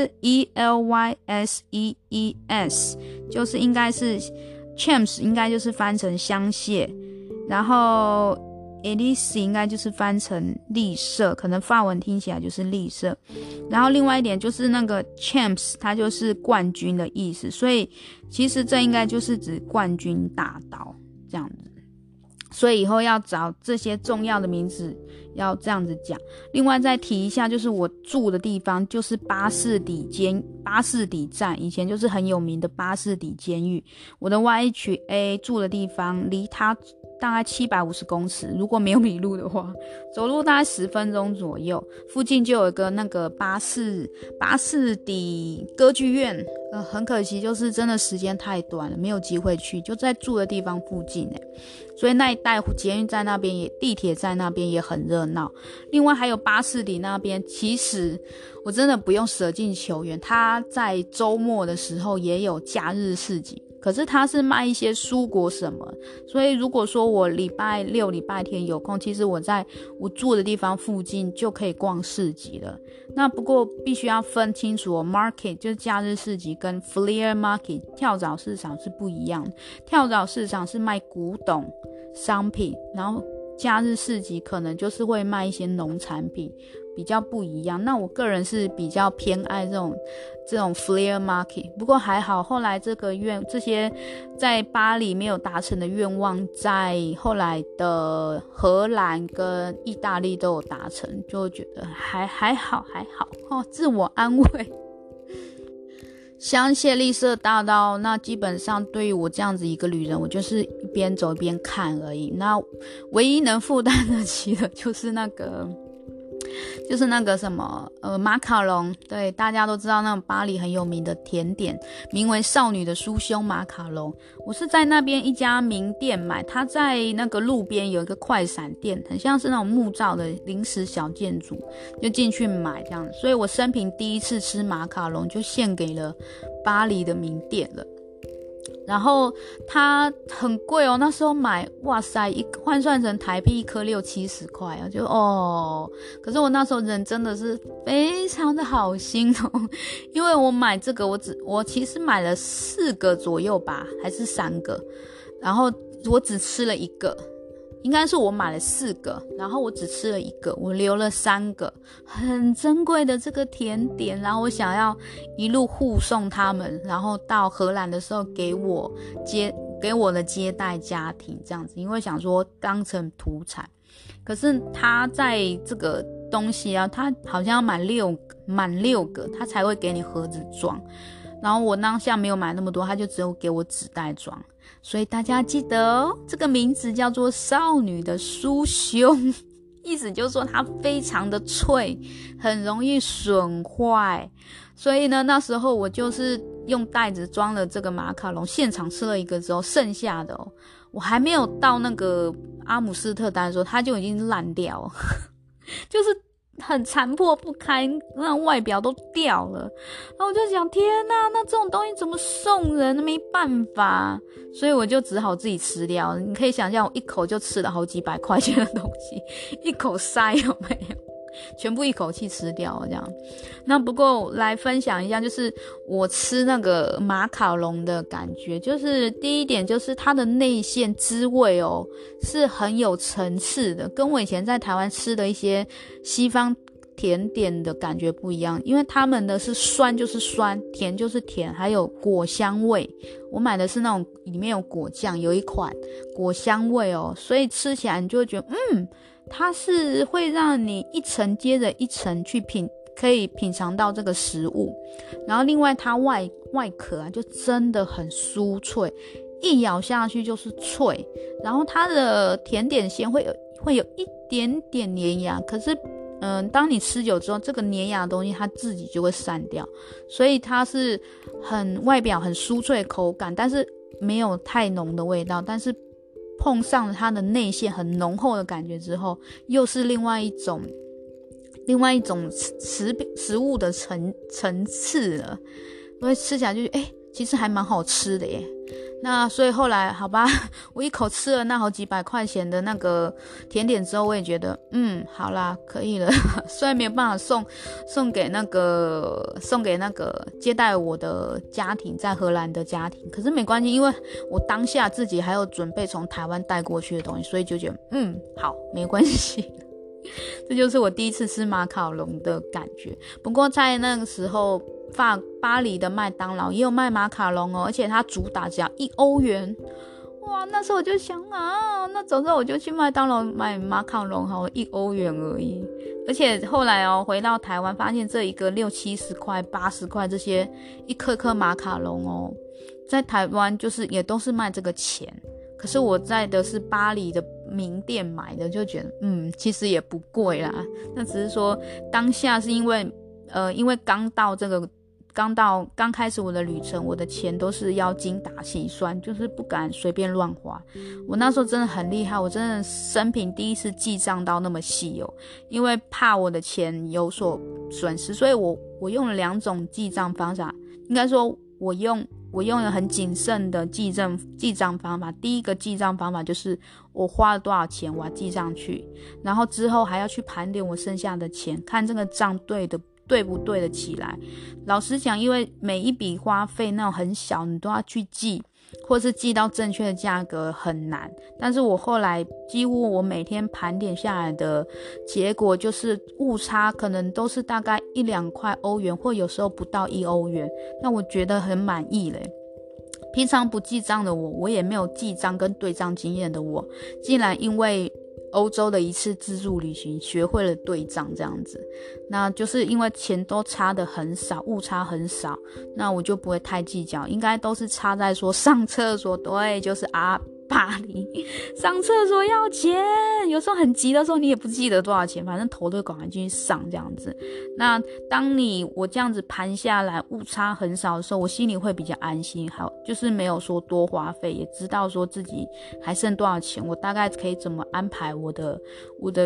ELYSEES， 就是应该是 Champs 应该就是翻成香榭，然后 Élysée 应该就是翻成丽舍，可能法文听起来就是丽舍。然后另外一点就是那个 Champs 它就是冠军的意思，所以其实这应该就是指冠军大道这样子。所以以后要找这些重要的名字要这样子讲。另外再提一下，就是我住的地方就是巴士底站，以前就是很有名的巴士底监狱。我的 YHA 住的地方离它大概750公尺，如果没有迷路的话，走路大概10分钟左右。附近就有一个那个巴士底歌剧院，很可惜就是真的时间太短了，没有机会去，就在住的地方附近所以那一带捷运站那边地铁站那边也很热闹。另外还有巴士底那边，其实我真的不用舍近求远，它在周末的时候也有假日市集，可是它是卖一些蔬果什么，所以如果说我礼拜六礼拜天有空，其实我在我住的地方附近就可以逛市集了。那不过必须要分清楚market 就是假日市集跟 flea market 跳蚤市场是不一样的。跳蚤市场是卖古董商品，然后假日市集可能就是会卖一些农产品，比较不一样。那我个人是比较偏爱这种 flea market， 不过还好后来这些在巴黎没有达成的愿望，在后来的荷兰跟意大利都有达成，就觉得还好自我安慰。香榭丽舍大道，那基本上对于我这样子一个旅人，我就是一边走一边看而已。那唯一能负担得起的就是那个什么马卡龙，对，大家都知道那种巴黎很有名的甜点，名为少女的酥胸马卡龙。我是在那边一家名店买，它在那个路边有一个快闪店，很像是那种木造的临时小建筑，就进去买这样。所以我生平第一次吃马卡龙就献给了巴黎的名店了。 然后它很贵哦，那时候买，哇塞，换算成台币一颗60-70块啊，可是我那时候人真的是非常的好心哦，因为我买这个，我其实买了4个左右吧，还是3个，然后我只吃了1个。应该是我买了4个，然后我只吃了1个，我留了3个很珍贵的这个甜点，然后我想要一路护送他们，然后到荷兰的时候给我的接待家庭这样子，因为想说当成土产。可是他在这个东西啊，他好像要满6个他才会给你盒子装，然后我当下没有买那么多，他就只有给我纸袋装。所以大家记得哦，这个名字叫做少女的酥胸，意思就是说它非常的脆，很容易损坏。所以呢，那时候我就是用袋子装了这个马卡龙，现场吃了1个之后，剩下的我还没有到那个阿姆斯特丹的时候，它就已经烂掉了，就是很残破不堪，那外表都掉了。然后我就想，天哪，那这种东西怎么送人？没办法，所以我就只好自己吃掉。你可以想象，我一口就吃了好几百块钱的东西，一口塞，有没有？全部一口气吃掉这样。那不过来分享一下，就是我吃那个马卡龙的感觉，就是第一点就是它的内馅滋味是很有层次的，跟我以前在台湾吃的一些西方甜点的感觉不一样，因为他们的是酸就是酸，甜就是甜，还有果香味。我买的是那种里面有果酱，有一款果香味所以吃起来你就会觉得它是会让你一层接着一层去可以品尝到这个食物。然后另外它外壳啊就真的很酥脆，一咬下去就是脆，然后它的甜点馅会有一点点粘牙，可是当你吃久之后，这个粘牙的东西它自己就会散掉，所以它是外表很酥脆的口感，但是没有太浓的味道，但是碰上了它的内馅很浓厚的感觉之后，又是另外一种食物的层次了，所以吃起来就其实还蛮好吃的耶。那所以后来好吧，我一口吃了那好几百块钱的那个甜点之后，我也觉得好啦，可以了。虽然没有办法送给那个接待我的家庭，在荷兰的家庭，可是没关系，因为我当下自己还有准备从台湾带过去的东西，所以就觉得好，没关系。这就是我第一次吃马卡龙的感觉。不过在那个时候巴黎的麦当劳也有卖马卡龙而且它主打只要1欧元。哇，那时候我就想那早知道我就去麦当劳买马卡龙好了，1欧元而已。而且后来回到台湾发现这一个60-70块80块这些一颗颗马卡龙在台湾就是也都是卖这个钱，可是我在的是巴黎的名店买的，就觉得其实也不贵啦。那只是说当下是因为刚开始我的旅程，我的钱都是要精打细算，就是不敢随便乱花。我那时候真的很厉害，我真的生平第一次记账到那么细因为怕我的钱有所损失，所以我用了2种记账方法，应该说我用了很谨慎的记账方法。第一个记账方法就是我花了多少钱我要记上去，然后之后还要去盘点我剩下的钱，看这个账对不对得起来。老实讲，因为每一笔花费那种很小你都要去记，或是记到正确的价格很难。但是我后来几乎我每天盘点下来的结果就是误差可能都是大概1-2块欧元，或有时候不到1欧元，那我觉得很满意嘞。平常不记账的我也没有记账跟对账经验的我，竟然因为欧洲的一次自助旅行学会了对账这样子。那就是因为钱都差得很少，误差很少，那我就不会太计较，应该都是差在说上厕所，对，就是巴黎上厕所要钱，有时候很急的时候你也不记得多少钱，反正头都赶快进去上这样子。那当我这样子盘下来误差很少的时候，我心里会比较安心，好，就是没有说多花费，也知道说自己还剩多少钱，我大概可以怎么安排我的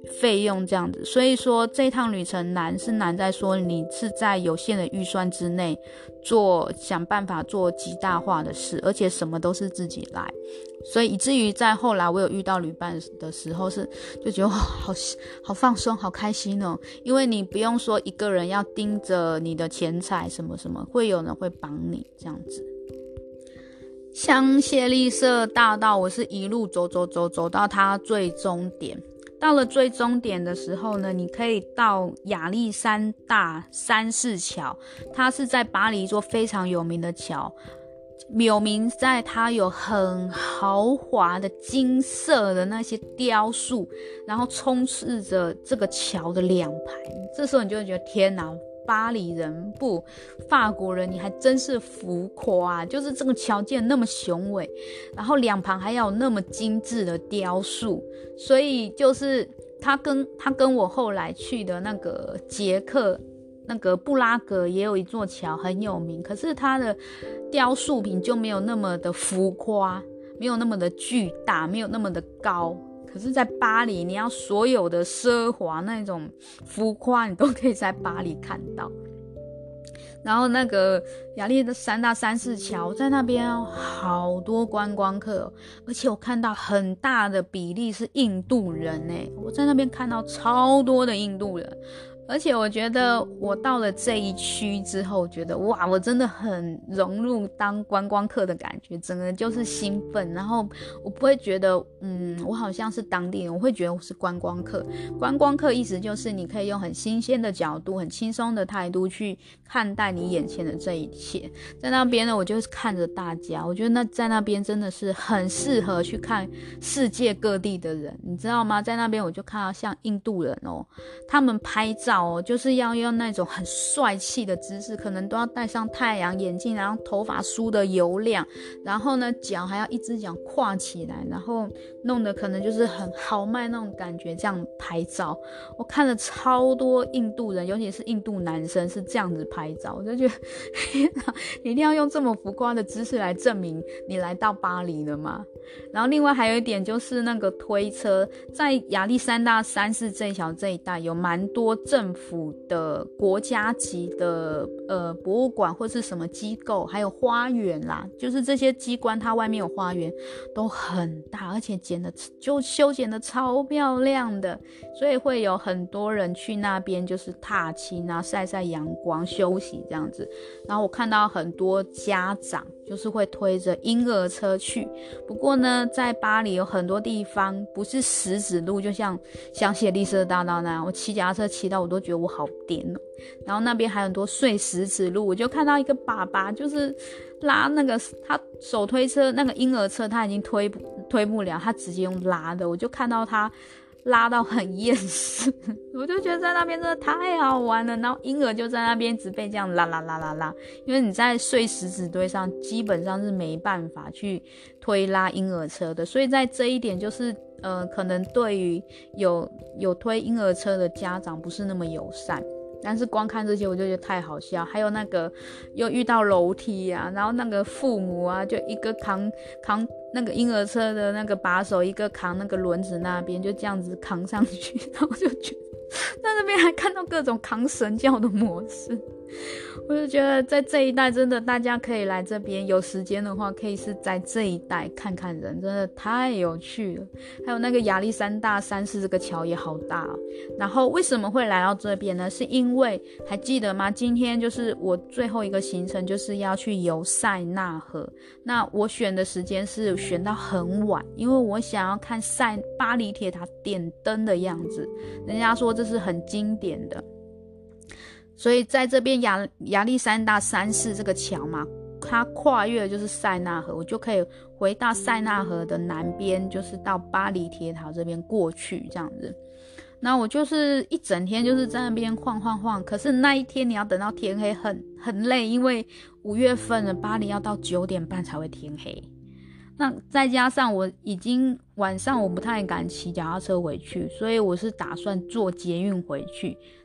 费用这样子。所以说这趟旅程难是难在说你是在有限的预算之内想办法做极大化的事，而且什么都是自己来。所以以至于在后来我有遇到旅伴的时候就觉得好放松好开心哦，因为你不用说一个人要盯着你的钱财什么什么，会有人会帮你这样子。香榭丽舍大道我是一路走到它最终点。到了最终点的时候呢，你可以到亚历山大三世桥，它是在巴黎一座非常有名的桥，有名在它有很豪华的金色的那些雕塑，然后充斥着这个桥的两排。这时候你就会觉得天哪，巴黎人不法国人你还真是浮夸就是这个桥建那么雄伟，然后两旁还有那么精致的雕塑。所以就是他跟我后来去的那个捷克那个布拉格也有一座桥很有名，可是它的雕塑品就没有那么的浮夸，没有那么的巨大，没有那么的高。可是在巴黎你要所有的奢华那种浮夸你都可以在巴黎看到。然后那个亚历山大三世桥在那边好多观光客而且我看到很大的比例是印度人我在那边看到超多的印度人。而且我觉得我到了这一区之后觉得哇，我真的很融入当观光客的感觉，整个就是兴奋。然后我不会觉得我好像是当地人，我会觉得我是观光客。观光客意思就是你可以用很新鲜的角度，很轻松的态度去看待你眼前的这一切。在那边呢，我就是看着大家，我觉得在那边真的是很适合去看世界各地的人，你知道吗？在那边我就看到像印度人他们拍照就是要用那种很帅气的姿势，可能都要戴上太阳眼镜，然后头发梳得油亮，然后呢脚还要一只脚跨起来，然后弄得可能就是很豪迈那种感觉，这样拍照。我看了超多印度人，尤其是印度男生是这样子拍照，我就觉得你一定要用这么浮夸的姿势来证明你来到巴黎了吗？然后另外还有一点就是那个推车，在亚历山大三世这一条这一带有蛮多政府的国家级的博物馆或是什么机构，还有花园啦，就是这些机关它外面有花园都很大，而且修剪的超漂亮的，所以会有很多人去那边就是踏青啊，晒晒阳光休息这样子。然后我看到很多家长就是会推着婴儿车去，不过呢在巴黎有很多地方不是石子路，就像香榭丽舍大道那样，我骑脚踏车骑到我都觉得我好颠然后那边还有很多碎石子路，我就看到一个爸爸就是拉那个他手推车那个婴儿车，他已经推不了，他直接用拉的，我就看到他拉到很厌世我就觉得在那边真的太好玩了。然后婴儿就在那边只被这样拉，因为你在碎石子堆上基本上是没办法去推拉婴儿车的，所以在这一点就是可能对于有推婴儿车的家长不是那么友善。但是光看这些我就觉得太好笑，还有那个又遇到楼梯啊，然后那个父母啊就一个扛那个婴儿车的那个把手，一个扛那个轮子那边，就这样子扛上去，然后就觉得在那边还看到各种扛神教的模式。我就觉得在这一带真的大家可以来这边，有时间的话可以是在这一带看看人，真的太有趣了。还有那个亚历山大三世这个桥也好大然后为什么会来到这边呢？是因为还记得吗？今天就是我最后一个行程就是要去游塞纳河，那我选的时间是选到很晚，因为我想要看巴黎铁塔点灯的样子，人家说这是很经典的。所以在这边亚历山大三世这个桥嘛，它跨越的就是塞纳河，我就可以回到塞纳河的南边，就是到巴黎铁塔这边过去这样子。那我就是一整天就是在那边晃，可是那一天你要等到天黑很累，因为5月份了，巴黎要到9点半才会天黑。那再加上我已经晚上我不太敢骑脚踏车回去，所以我是打算坐捷运回去。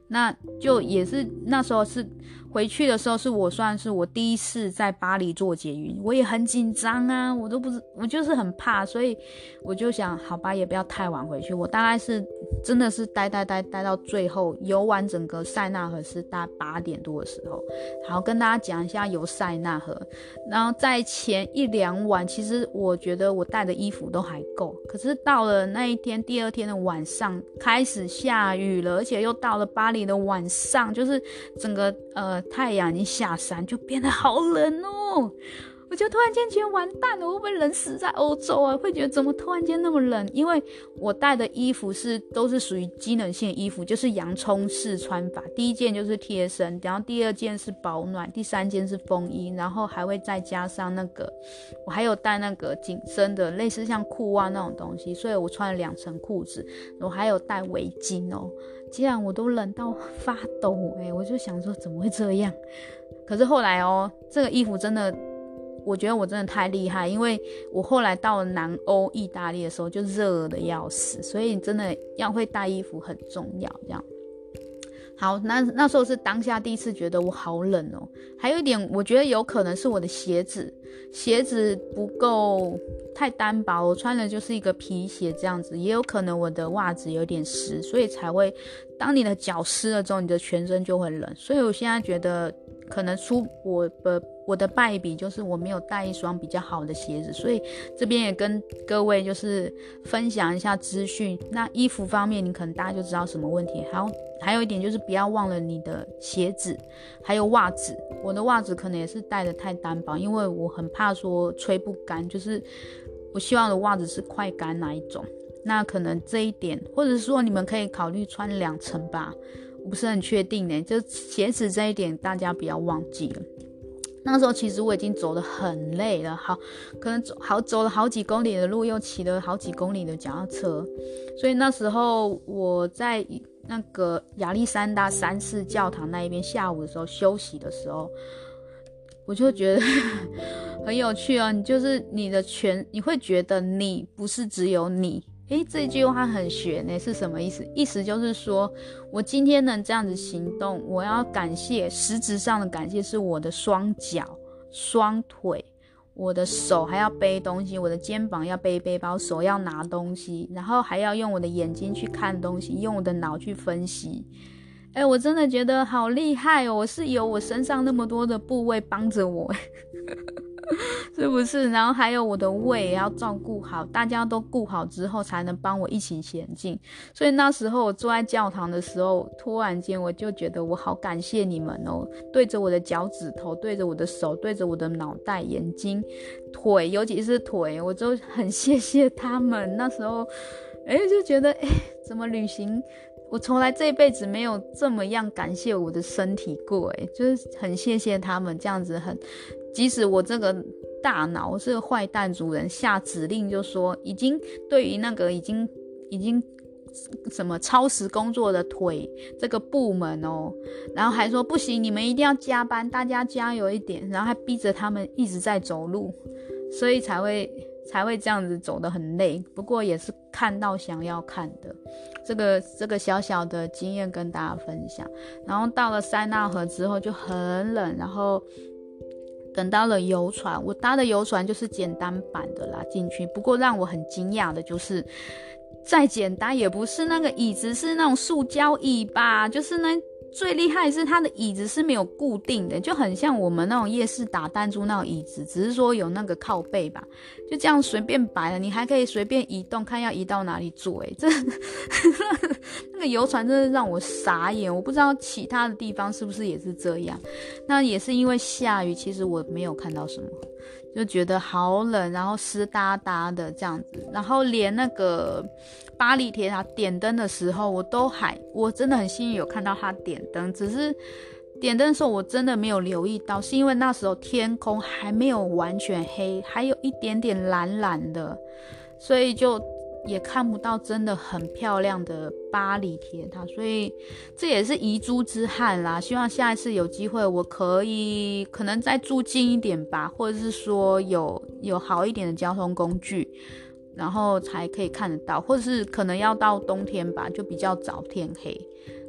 那就也是那时候是回去的时候，算是我第一次在巴黎坐捷运，我也很紧张啊，我就是很怕，所以我就想好吧，也不要太晚回去。我大概是真的是待到最后，游完整个塞纳河是大概8点多的时候。好，跟大家讲一下游塞纳河。然后在前1-2晚，其实我觉得我带的衣服都还够，可是到了那一天第二天的晚上开始下雨了，而且又到了巴黎的晚上，就是整个太阳已经下山，就变得好冷哦。我就突然间觉得完蛋了，我会不会冷死在欧洲啊？会觉得怎么突然间那么冷？因为我带的衣服都是属于机能性的衣服，就是洋葱式穿法。第一件就是贴身，然后第二件是保暖，第三件是风衣，然后还会再加上我还有带那个紧身的类似像裤袜那种东西，所以我穿了2层裤子，我还有带围巾哦。既然我都冷到发抖我就想说怎么会这样？可是后来这个衣服真的，我觉得我真的太厉害，因为我后来到了南欧意大利的时候就热的要死，所以真的要会带衣服很重要这样。好，那时候是当下第一次觉得我好冷哦。还有一点我觉得有可能是我的鞋子不够太单薄，我穿的就是一个皮鞋这样子，也有可能我的袜子有点湿，所以才会当你的脚湿了之后，你的全身就会冷。所以我现在觉得可能我的败笔就是我没有带一双比较好的鞋子，所以这边也跟各位就是分享一下资讯。那衣服方面你可能大家就知道什么问题。好，还有一点就是不要忘了你的鞋子还有袜子。我的袜子可能也是带的太单薄，因为我很怕说吹不干，就是我希望的袜子是快干那一种。那可能这一点，或者是说你们可以考虑穿2层吧，我不是很确定就鞋子这一点大家不要忘记了。那时候其实我已经走得很累了，可能走了好几公里的路，又骑了好几公里的脚踏车，所以那时候我在那个亚历山大3世教堂那一边下午的时候休息的时候，我就觉得很有趣哦。你会觉得你不是只有你。这句话很玄是什么意思？意思就是说我今天能这样子行动，我要感谢，实质上的感谢是我的双脚、双腿，我的手还要背东西，我的肩膀要背背包，手要拿东西，然后还要用我的眼睛去看东西，用我的脑去分析。我真的觉得好厉害哦！我是有我身上那么多的部位帮着我是不是？然后还有我的胃也要照顾好，大家都顾好之后才能帮我一起前进。所以那时候我坐在教堂的时候，突然间我就觉得我好感谢你们哦，对着我的脚趾头，对着我的手，对着我的脑袋、眼睛、腿，尤其是腿，我就很谢谢他们。那时候就觉得怎么旅行我从来这一辈子没有这么样感谢我的身体过就是很谢谢他们这样子即使我这个大脑，我是个坏蛋主人，下指令就说已经对于那个已经什么超时工作的腿这个部门然后还说不行，你们一定要加班，大家加油一点，然后还逼着他们一直在走路，所以才会这样子走得很累。不过也是看到想要看的，这个小小的经验跟大家分享。然后到了塞纳河之后就很冷，然后等到了游船，我搭的游船就是简单版的啦，进去。不过让我很惊讶的就是再简单也不是，那个椅子是那种塑胶椅吧，就是最厉害的是它的椅子是没有固定的，就很像我们那种夜市打弹珠那种椅子，只是说有那个靠背吧，就这样随便摆了，你还可以随便移动，看要移到哪里坐这那个游船真的让我傻眼，我不知道其他的地方是不是也是这样。那也是因为下雨，其实我没有看到什么，就觉得好冷，然后湿哒哒的这样子。然后连那个巴黎铁塔点灯的时候，我真的很幸运有看到它点灯，只是点灯的时候我真的没有留意到，是因为那时候天空还没有完全黑，还有一点点蓝蓝的，所以就也看不到真的很漂亮的巴黎铁塔，所以这也是遗珠之憾啦。希望下一次有机会我可能再住近一点吧，或者是说有好一点的交通工具，然后才可以看得到，或者是可能要到冬天吧，就比较早天黑。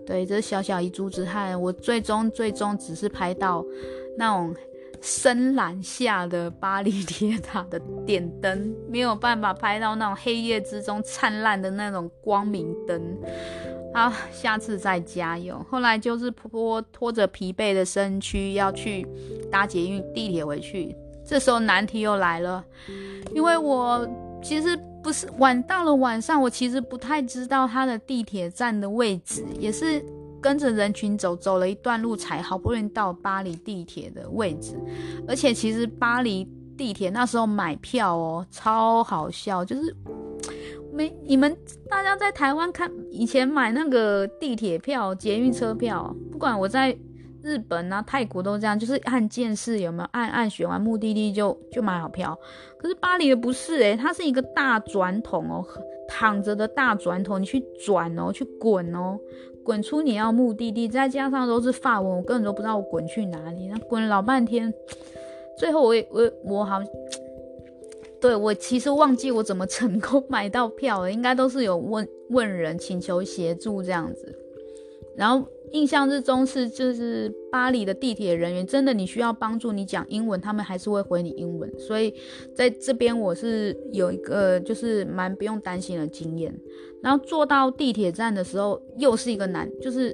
对，这是小小一株之憾。我最终只是拍到那种深蓝下的巴黎铁塔的点灯，没有办法拍到那种黑夜之中灿烂的那种光明灯。好，下次再加油。后来就是拖着疲惫的身躯要去搭捷运地铁回去，这时候难题又来了，因为我其实不是到了晚上，我其实不太知道它的地铁站的位置，也是跟着人群走了一段路才好不容易到巴黎地铁的位置。而且其实巴黎地铁那时候买票超好笑，就是你们大家在台湾看以前买那个地铁票、捷运车票，不管我在日本啊、泰国都这样，就是按键式有没有按选完目的地就买好票。可是巴黎的不是它是一个大转筒躺着的大转筒，你去转去滚滚出你要目的地，再加上都是法文，我根本都不知道我滚去哪里，那滚了老半天，最后我好。对，我其实忘记我怎么成功买到票了，应该都是有问人请求协助这样子。然后印象之中就是巴黎的地铁人员真的你需要帮助，你讲英文他们还是会回你英文，所以在这边我是有一个就是蛮不用担心的经验。然后坐到地铁站的时候又是一个就是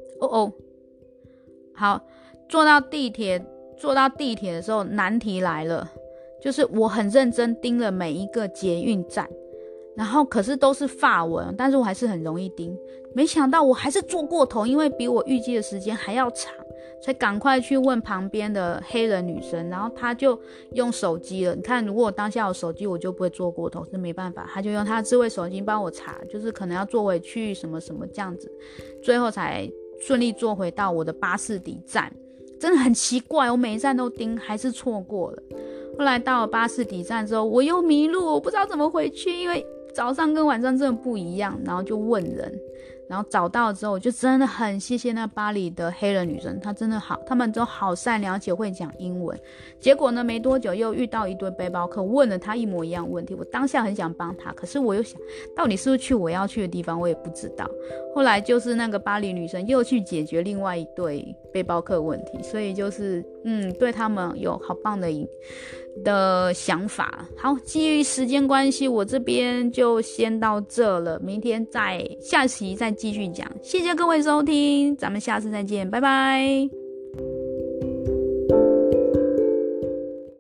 好，坐到地铁的时候难题来了，就是我很认真盯了每一个捷运站，然后可是都是法文，但是我还是很容易盯。没想到我还是坐过头，因为比我预计的时间还要长，才赶快去问旁边的黑人女生，然后她就用手机了。你看，如果我当下有手机，我就不会坐过头，是没办法。她就用她的智慧手机帮我查，就是可能要坐回去什么什么这样子，最后才顺利坐回到我的巴士底站。真的很奇怪，我每一站都盯，还是错过了。后来到了巴士底站之后，我又迷路，我不知道怎么回去，因为早上跟晚上真的不一样，然后就问人，然后找到之后，我就真的很谢谢那巴黎的黑人女生，她真的好，她们都好善良，而且会讲英文。结果呢，没多久又遇到一堆背包客，问了她一模一样问题，我当下很想帮她，可是我又想，到底是不是去我要去的地方，我也不知道。后来就是那个巴黎女生又去解决另外一对背包客问题，所以就是对他们有好棒的想法。好，基于时间关系，我这边就先到这了，明天下期再继续讲。谢谢各位收听，咱们下次再见，拜拜。